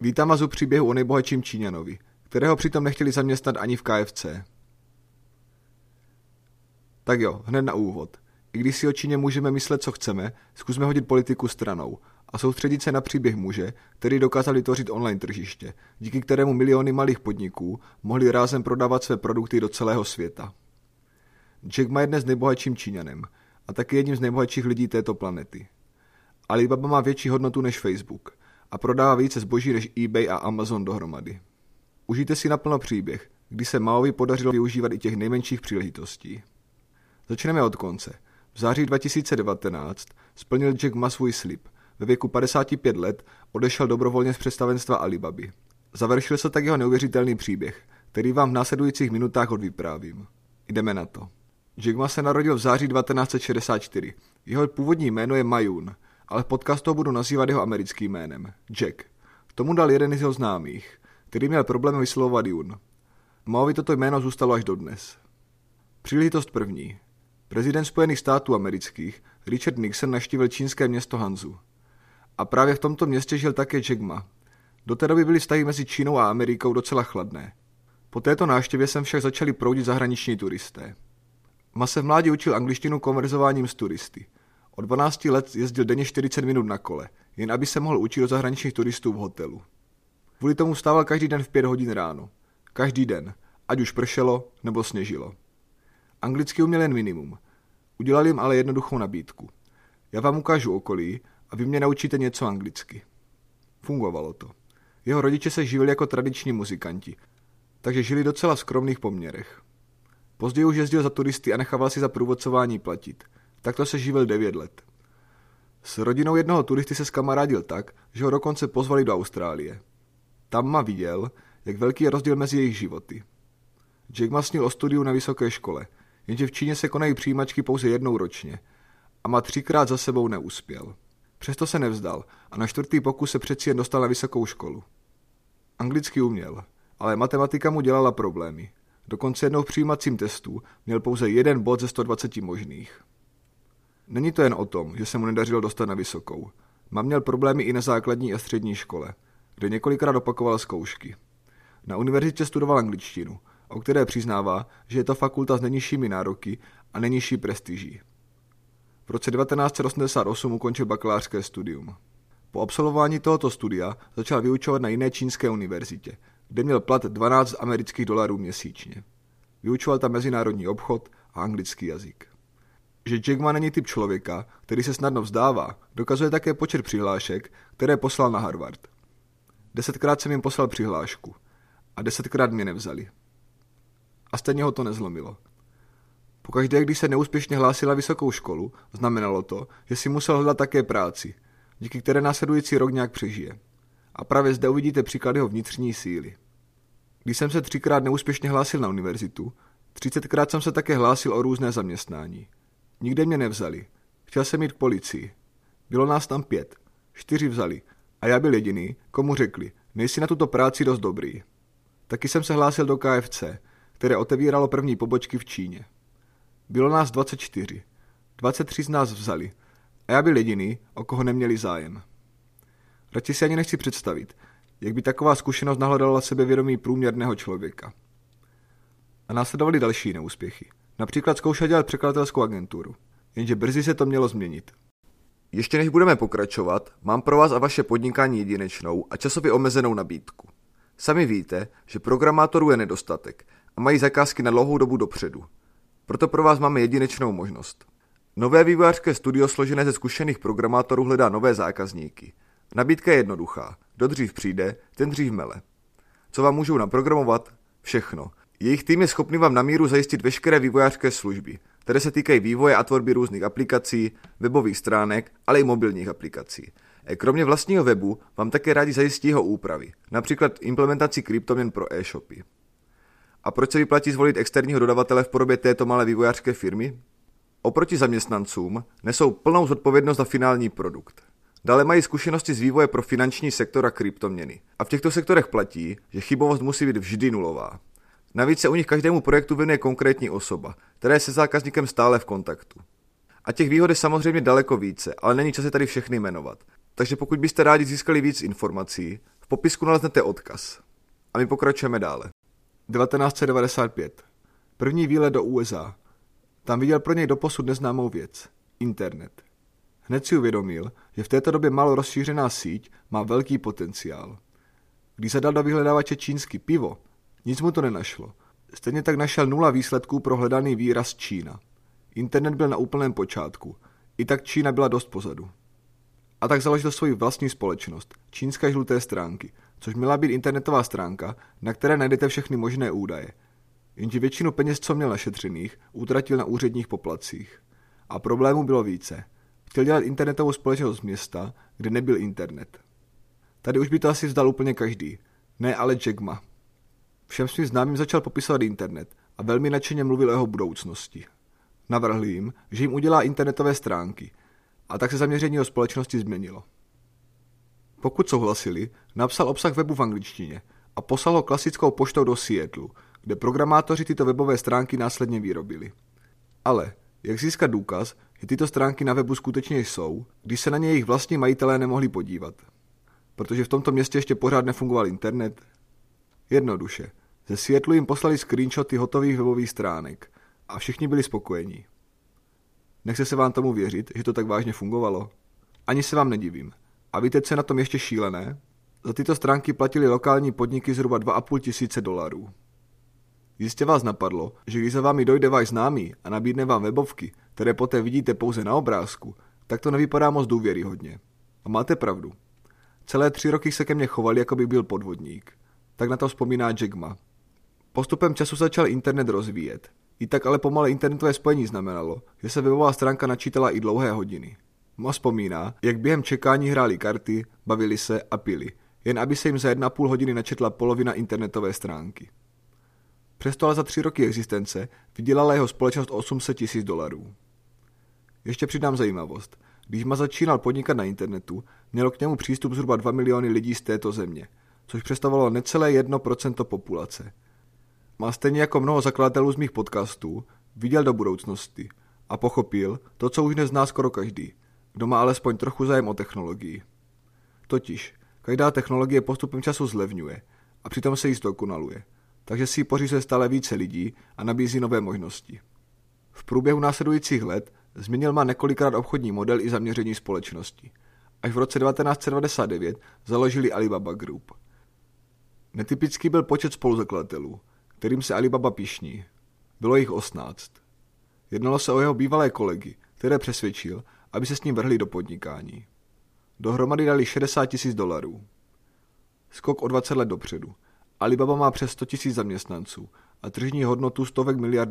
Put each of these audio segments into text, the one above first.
Vítám vás u příběhu o nejbohatším Číňanovi, kterého přitom nechtěli zaměstnat ani v KFC. Tak jo, hned na úvod. I když si o Číně můžeme myslet, co chceme, zkusme hodit politiku stranou a soustředit se na příběh muže, který dokázal vytvořit online tržiště, díky kterému miliony malých podniků mohli rázem prodávat své produkty do celého světa. Jack Ma je dnes nejbohatším Číňanem a taky jedním z nejbohatších lidí této planety. Alibaba má větší hodnotu než Facebook a prodává více zboží než eBay a Amazon dohromady. Užijte si naplno příběh, kdy se Maovi podařilo využívat i těch nejmenších příležitostí. Začneme od konce. V září 2019 splnil Jack Ma svůj slib. Ve věku 55 let odešel dobrovolně z představenstva Alibaby. Završil se tak jeho neuvěřitelný příběh, který vám v následujících minutách odvyprávím. Jdeme na to. Jack Ma se narodil v září 1964. Jeho původní jméno je Ma Yun, ale v podcastu ho budu nazývat jeho americkým jménem, Jack. Tomu dal jeden z jeho známých, který měl problém vyslovovat Yun. Maovi toto jméno zůstalo až dodnes. Příležitost první. Prezident Spojených států amerických Richard Nixon navštívil čínské město Hanzu. A právě v tomto městě žil také Jack Ma. Do té doby byly vztahy mezi Čínou a Amerikou docela chladné. Po této návštěvě sem však začali proudit zahraniční turisté. Ma se v mládí učil angličtinu konverzováním s turisty. Od 12 let jezdil denně 40 minut na kole, jen aby se mohl učit od zahraničních turistů v hotelu. Kvůli tomu vstával každý den v 5 hodin ráno. Každý den, ať už pršelo nebo sněžilo. Anglicky uměl jen minimum. Udělal jim ale jednoduchou nabídku. Já vám ukážu okolí a vy mě naučíte něco anglicky. Fungovalo to. Jeho rodiče se živili jako tradiční muzikanti, takže žili docela v skromných poměrech. Později už jezdil za turisty a nechával si za průvodcování platit. Takto se živil 9 let. S rodinou jednoho turisty se skamarádil tak, že ho dokonce pozvali do Austrálie. Tam Ma viděl, jak velký je rozdíl mezi jejich životy. Jack Ma snil o studiu na vysoké škole, jenže v Číně se konají přijímačky pouze jednou ročně a Ma 3krát za sebou neuspěl. Přesto se nevzdal a na 4. pokus se přeci jen dostal na vysokou školu. Anglicky uměl, ale matematika mu dělala problémy. Dokonce jednou v přijímacím testu měl pouze 1 bod ze 120 možných. Není to jen o tom, že se mu nedařilo dostat na vysokou. Ma měl problémy i na základní a střední škole, kde několikrát opakoval zkoušky. Na univerzitě studoval angličtinu, o které přiznává, že je to fakulta s nejnižšími nároky a nejnižší prestiží. V roce 1988 ukončil bakalářské studium. Po absolvování tohoto studia začal vyučovat na jiné čínské univerzitě, kde měl plat $12 měsíčně. Vyučoval tam mezinárodní obchod a anglický jazyk. Že Jack Ma není typ člověka, který se snadno vzdává, dokazuje také počet přihlášek, které poslal na Harvard. 10krát jsem jim poslal přihlášku a 10krát mě nevzali. A stejně ho to nezlomilo. Pokaždé, když se neúspěšně hlásil na vysokou školu, znamenalo to, že si musel hledat také práci, díky které následující rok nějak přežije. A právě zde uvidíte příklad jeho vnitřní síly. Když jsem se 3krát neúspěšně hlásil na univerzitu, 30krát jsem se také hlásil o různé zaměstnání. Nikde mě nevzali. Chtěl jsem jít k policii. Bylo nás tam 5. 4 vzali. A já byl jediný, komu řekli, nejsi na tuto práci dost dobrý. Taky jsem se hlásil do KFC, které otevíralo první pobočky v Číně. Bylo nás 24. 23 z nás vzali. A já byl jediný, o koho neměli zájem. Radši si ani nechci představit, jak by taková zkušenost nahledala sebevědomí průměrného člověka. A následovaly další neúspěchy. Například zkoušel dělat překladatelskou agenturu. Jenže brzy se to mělo změnit. Ještě než budeme pokračovat, mám pro vás a vaše podnikání jedinečnou a časově omezenou nabídku. Sami víte, že programátorů je nedostatek a mají zakázky na dlouhou dobu dopředu. Proto pro vás máme jedinečnou možnost. Nové vývojářské studio složené ze zkušených programátorů hledá nové zákazníky. Nabídka je jednoduchá. Kdo dřív přijde, ten dřív mele. Co vám můžou naprogramovat? Všechno. Jejich tým je schopný vám na míru zajistit veškeré vývojářské služby, které se týkají vývoje a tvorby různých aplikací, webových stránek, ale i mobilních aplikací. Kromě vlastního webu vám také rádi zajistí jeho úpravy, například implementaci kryptoměn pro e-shopy. A proč se vyplatí zvolit externího dodavatele v podobě této malé vývojářské firmy? Oproti zaměstnancům nesou plnou zodpovědnost za finální produkt. Dále mají zkušenosti z vývoje pro finanční sektor a kryptoměny. A v těchto sektorech platí, že chybovost musí být vždy nulová. Navíc se u nich každému projektu věnuje konkrétní osoba, která je se zákazníkem stále v kontaktu. A těch výhod je samozřejmě daleko více, ale není čas je tady všechny jmenovat. Takže pokud byste rádi získali víc informací, v popisku naleznete odkaz. A my pokračujeme dále. 1995. První výlet do USA. Tam viděl pro něj doposud neznámou věc. Internet. Hned si uvědomil, že v této době málo rozšířená síť má velký potenciál. Když zadal do vyhledávače čínsky pivo, nic mu to nenašlo. Stejně tak našel 0 výsledků pro hledaný výraz Čína. Internet byl na úplném počátku. I tak Čína byla dost pozadu. A tak založil svoji vlastní společnost, Čínské žluté stránky, což měla být internetová stránka, na které najdete všechny možné údaje. Jenže většinu peněz, co měl našetřených, utratil na úředních poplatcích. A problémů bylo více. Chtěl dělat internetovou společnost z města, kde nebyl internet. Tady už by to asi vzdal úplně každý. Ne ale Jack Ma. Všem svým známým začal popisovat internet a velmi nadšeně mluvil o jeho budoucnosti. Navrhl jim, že jim udělá internetové stránky, a tak se zaměření o společnosti změnilo. Pokud souhlasili, napsal obsah webu v angličtině a poslal ho klasickou poštou do Seattlu, kde programátoři tyto webové stránky následně vyrobili. Ale jak získat důkaz, že tyto stránky na webu skutečně jsou, když se na ně jejich vlastní majitelé nemohli podívat? Protože v tomto městě ještě pořád nefungoval internet? Jednoduše. Ze Seattlu jim poslali screenshoty hotových webových stránek a všichni byli spokojení. Nechce se vám tomu věřit, že to tak vážně fungovalo? Ani se vám nedivím. A víte, co je na tom ještě šílené? Za tyto stránky platili lokální podniky zhruba $2,500. Jistě vás napadlo, že když za vámi dojde váš známý a nabídne vám webovky, které poté vidíte pouze na obrázku, tak to nevypadá moc důvěryhodně. A máte pravdu. Celé 3 roky se ke mně chovali, jako by byl podvodník. Tak na to vzpomíná Jack Ma. Postupem času začal internet rozvíjet. I tak ale pomalé internetové spojení znamenalo, že se webová stránka načítala i dlouhé hodiny. Ma vzpomíná, jak během čekání hráli karty, bavili se a pili, jen aby se jim za 1,5 hodiny načetla polovina internetové stránky. Přesto ale za 3 roky existence vydělala jeho společnost $800,000. Ještě přidám zajímavost. Když Ma začínal podnikat na internetu, mělo k němu přístup zhruba 2 miliony lidí z této země, což představovalo necelé 1% populace. Ma stejně jako mnoho zakladatelů z mých podcastů viděl do budoucnosti a pochopil to, co už nezná skoro každý, kdo má alespoň trochu zájem o technologii. Totiž, každá technologie postupem času zlevňuje a přitom se jí zdokonaluje, takže si ji pořizuje stále více lidí a nabízí nové možnosti. V průběhu následujících let změnil Ma několikrát obchodní model i zaměření společnosti. Až v roce 1999 založili Alibaba Group. Netypický byl počet spoluzakladatelů, kterým se Alibaba pyšní. Bylo jich 18. Jednalo se o jeho bývalé kolegy, které přesvědčil, aby se s ním vrhli do podnikání. Dohromady dali $60,000. Skok o 20 let dopředu. Alibaba má přes 100,000 zaměstnanců a tržní hodnotu $100 miliard.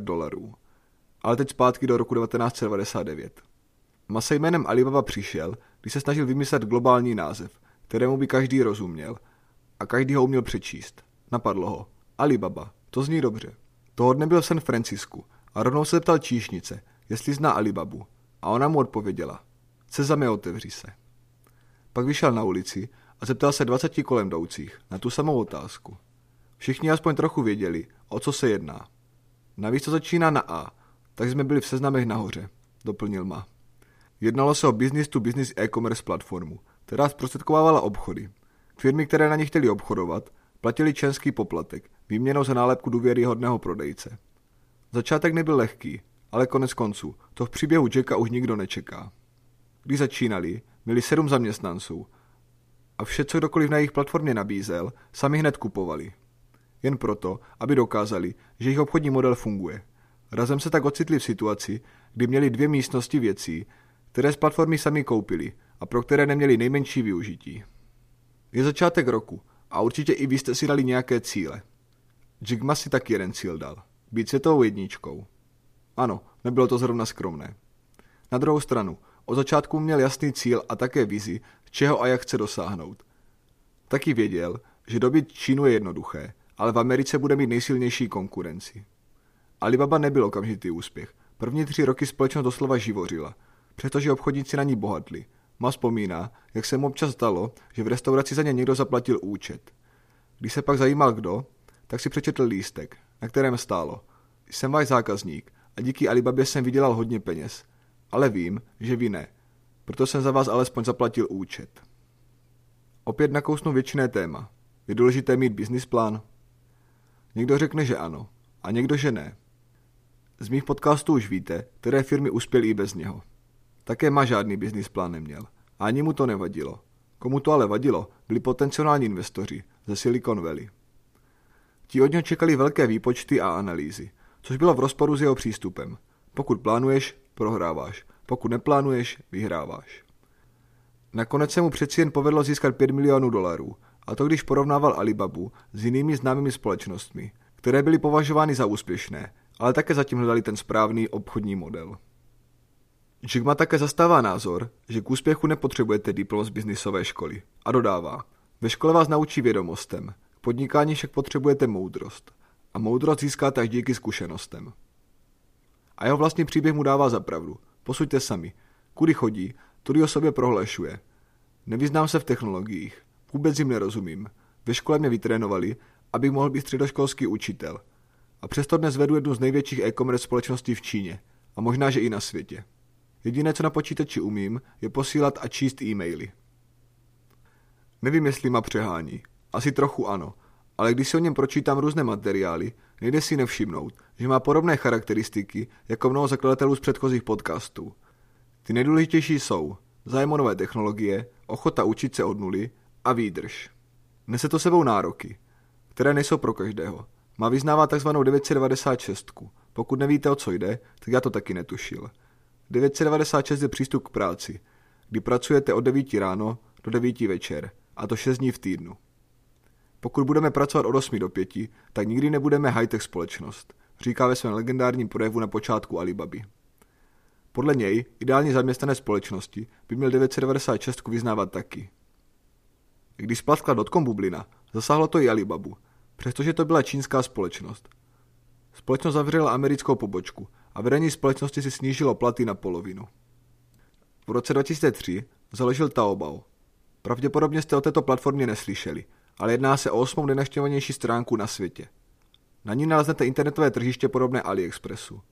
Ale teď zpátky do roku 1999. Ma se jménem Alibaba přišel, když se snažil vymyslet globální název, kterému by každý rozuměl a každý ho uměl přečíst. Napadlo ho. Alibaba. To zní dobře. Toho dne byl v San Francisku a rovnou se zeptal číšnice, jestli zná Alibabu. A ona mu odpověděla. Sezame, otevři se. Pak vyšel na ulici a zeptal se 20 kolem jdoucích na tu samou otázku. Všichni aspoň trochu věděli, o co se jedná. Navíc to začíná na A, tak jsme byli v seznamech nahoře, doplnil Ma. Jednalo se o business-to-business e-commerce platformu, která zprostředkovávala obchody. Firmy, které na ně chtěli obchodovat, platili členský poplatek, výměnou za nálepku důvěryhodného prodejce. Začátek nebyl lehký, ale konec konců, to v příběhu Jacka už nikdo nečeká. Když začínali, měli 7 zaměstnanců a vše, co kdokoliv na jejich platformě nabízel, sami hned kupovali. Jen proto, aby dokázali, že jejich obchodní model funguje. Razem se tak ocitli v situaci, kdy měli 2 místnosti věcí, které z platformy sami koupili a pro které neměli nejmenší využití. Je začátek roku a určitě i vy jste si dali nějaké cíle. Jack Ma si taky jeden cíl dal. Být světovou jedničkou. Ano, nebylo to zrovna skromné. Na druhou stranu, od začátku měl jasný cíl a také vizi, čeho a jak chce dosáhnout. Taky věděl, že dobit Čínu je jednoduché, ale v Americe bude mít nejsilnější konkurenci. Alibaba nebyl okamžitý úspěch. První 3 roky společnost doslova živořila, přestože obchodníci na ní bohatli. Ma vzpomíná, jak se mu občas stalo, že v restauraci za ně někdo zaplatil účet. Když se pak zajímal kdo, tak si přečetl lístek, na kterém stálo: Jsem váš zákazník a díky Alibabě jsem vydělal hodně peněz. Ale vím, že vy ne. Proto jsem za vás alespoň zaplatil účet. Opět nakousnu většiné téma. Je důležité mít business plán? Někdo řekne, že ano, a někdo, že ne. Z mých podcastů už víte, které firmy uspěly i bez něho. Také má žádný business plán neměl. A ani mu to nevadilo. Komu to ale vadilo, byli potenciální investoři ze Silicon Valley. Ti od něho čekali velké výpočty a analýzy, což bylo v rozporu s jeho přístupem. Pokud plánuješ, prohráváš. Pokud neplánuješ, vyhráváš. Nakonec se mu přeci jen povedlo získat $5 milionů, a to když porovnával Alibabu s jinými známými společnostmi, které byly považovány za úspěšné, ale také zatím hledali ten správný obchodní model. Jack Ma také zastává názor, že k úspěchu nepotřebujete diplom z biznisové školy a dodává, ve škole vás naučí vědomostem, k podnikání však potřebujete moudrost a moudrost získáte až díky zkušenostem. A jeho vlastní příběh mu dává za pravdu. Posuďte sami. Kudy chodí, tudy o sobě prohlašuje. Nevyznám se v technologiích, vůbec jim nerozumím. Ve škole mě vytrénovali, abych mohl být středoškolský učitel. A přesto dnes vedu jednu z největších e-commerce společností v Číně. A možná, že i na světě. Jediné, co na počítači umím, je posílat a číst e-maily. Nevím, jestli má přehání. Asi trochu ano. Ale když si o něm pročítám různé materiály, nejde si nevšimnout, že má podobné charakteristiky jako mnoho zakladatelů z předchozích podcastů. Ty nejdůležitější jsou zájem o nové technologie, ochota učit se od nuly a výdrž. Nese to sebou nároky, které nejsou pro každého. Má vyznává tzv. 996. Pokud nevíte, o co jde, tak já to taky netušil. 996 je přístup k práci, kdy pracujete od 9 ráno do 9 večer, a to 6 dní v týdnu. Pokud budeme pracovat od 8 do 5, tak nikdy nebudeme high-tech společnost, říká ve svém legendárním projevu na počátku Alibaby. Podle něj ideální zaměstnané společnosti by měl 996 vyznávat taky. Když splaskla dotcom bublina, zasáhlo to i Alibabu, přestože to byla čínská společnost. Společnost zavřela americkou pobočku a vedení společnosti si snížilo platy na polovinu. V roce 2003 založil Taobao. Pravděpodobně jste o této platformě neslyšeli, ale jedná se o 8. nejnavštěvovanější stránku na světě. Na ní naleznete internetové tržiště podobné AliExpressu.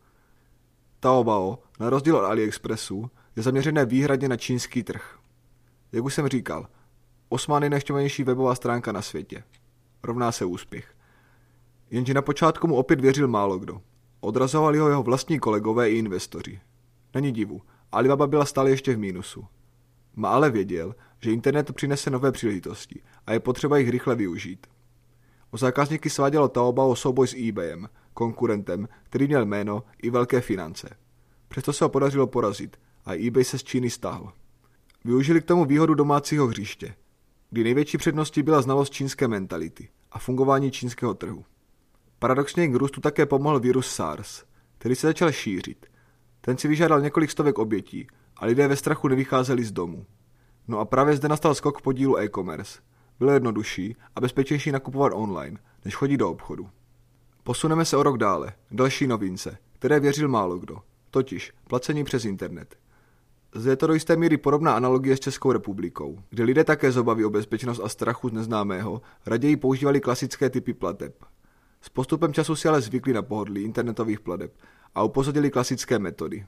Taobao, na rozdíl od AliExpressu, je zaměřené výhradně na čínský trh. Jak už jsem říkal, 8. nejnavštěvovanější webová stránka na světě. Rovná se úspěch. Jenže na počátku mu opět věřil málo kdo. Odrazovali ho jeho vlastní kolegové i investoři. Není divu, Alibaba byla stále ještě v mínusu. Ma ale věděl, že internet přinese nové příležitosti a je potřeba jich rychle využít. O zákazníky svádělo Taobao souboj s eBayem, konkurentem, který měl jméno i velké finance. Přesto se ho podařilo porazit a eBay se z Číny stáhl. Využili k tomu výhodu domácího hřiště, kdy největší předností byla znalost čínské mentality a fungování čínského trhu. Paradoxně k růstu také pomohl virus SARS, který se začal šířit. Ten si vyžádal několik stovek obětí a lidé ve strachu nevycházeli z domu. No a právě zde nastal skok v podílu e-commerce. Bylo jednodušší a bezpečnější nakupovat online, než chodit do obchodu. Posuneme se o rok dále, další novince, které věřil málo kdo, totiž placení přes internet. Zde je to do jisté míry podobná analogie s Českou republikou, kde lidé také z obavy o bezpečnost a strachu z neznámého raději používali klasické typy plateb. S postupem času si ale zvykli na pohodlí internetových plateb a upozadili klasické metody.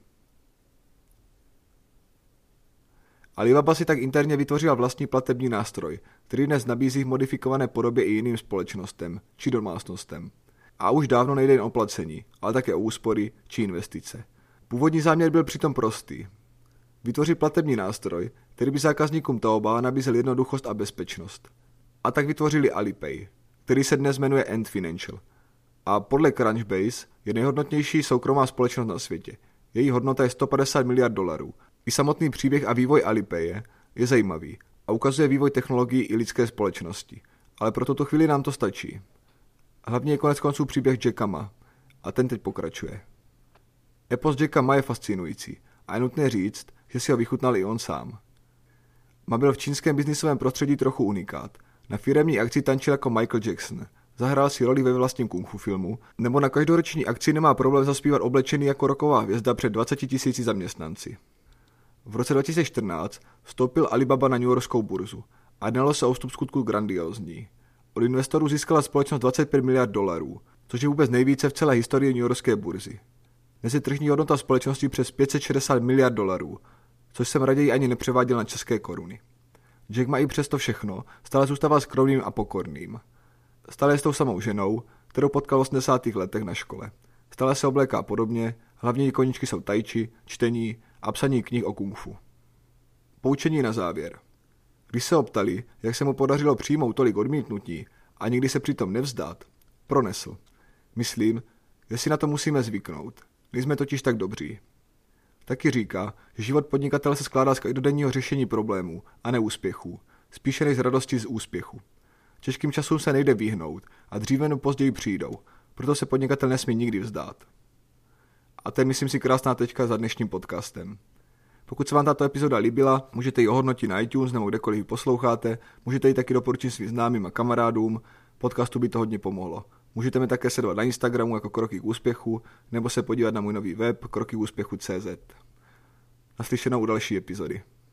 Alibaba si tak interně vytvořila vlastní platební nástroj, který dnes nabízí v modifikované podobě i jiným společnostem či domácnostem. A už dávno nejde jen o placení, ale také o úspory či investice. Původní záměr byl přitom prostý. Vytvořit platební nástroj, který by zákazníkům Taobao nabízel jednoduchost a bezpečnost. A tak vytvořili Alipay, který se dnes jmenuje Ant Financial. A podle Crunchbase je nejhodnotnější soukromá společnost na světě. Její hodnota je $150 miliard. I samotný příběh a vývoj Alipaye je zajímavý a ukazuje vývoj technologií i lidské společnosti. Ale pro tuto chvíli nám to stačí. Hlavně je konec konců příběh Jacka Ma a ten teď pokračuje. Epos Jacka Ma je fascinující a je nutné říct, že si ho vychutnal i on sám. Ma byl v čínském biznisovém prostředí trochu unikát. Na firemní akci tančil jako Michael Jackson, zahrál si roli ve vlastním kung fu filmu, nebo na každoroční akci nemá problém zaspívat oblečený jako rocková hvězda před 20 000 zaměstnanci. V roce 2014 vstoupil Alibaba na newyorskou burzu a jednalo se o vstup skutku grandiózní. Od investorů získala společnost $25 miliard, což je vůbec nejvíce v celé historii newyorské burzy. Dnes je tržní hodnota společnosti přes $560 miliard, což jsem raději ani nepřeváděl na české koruny. Jack má i přesto všechno, stále zůstával skromným a pokorným. Stále je s tou samou ženou, kterou potkal v 80. letech na škole. Stále se obléká podobně, hlavní koníčky jsou tai chi, čtení a psaní knih o kung fu. Poučení na závěr. Když se ho ptali, jak se mu podařilo přijmout tolik odmítnutí a nikdy se přitom nevzdát, pronesl. Myslím, že si na to musíme zvyknout. Nejsme totiž tak dobří. Taky říká, že život podnikatele se skládá z každodenního řešení problémů a neúspěchů, spíše než z radosti z úspěchu. Těžkým časům se nejde vyhnout a dříve nebo později přijdou, proto se podnikatel nesmí nikdy vzdát. A to je, myslím si, krásná tečka za dnešním podcastem. Pokud se vám tato epizoda líbila, můžete ji ohodnotit na iTunes nebo kdekoliv ji posloucháte, můžete ji taky doporučit svým známým a kamarádům, podcastu by to hodně pomohlo. Můžete mě také sledovat na Instagramu jako Kroky k úspěchu, nebo se podívat na můj nový web krokyúspěchu.cz. Naslyšenou u další epizody.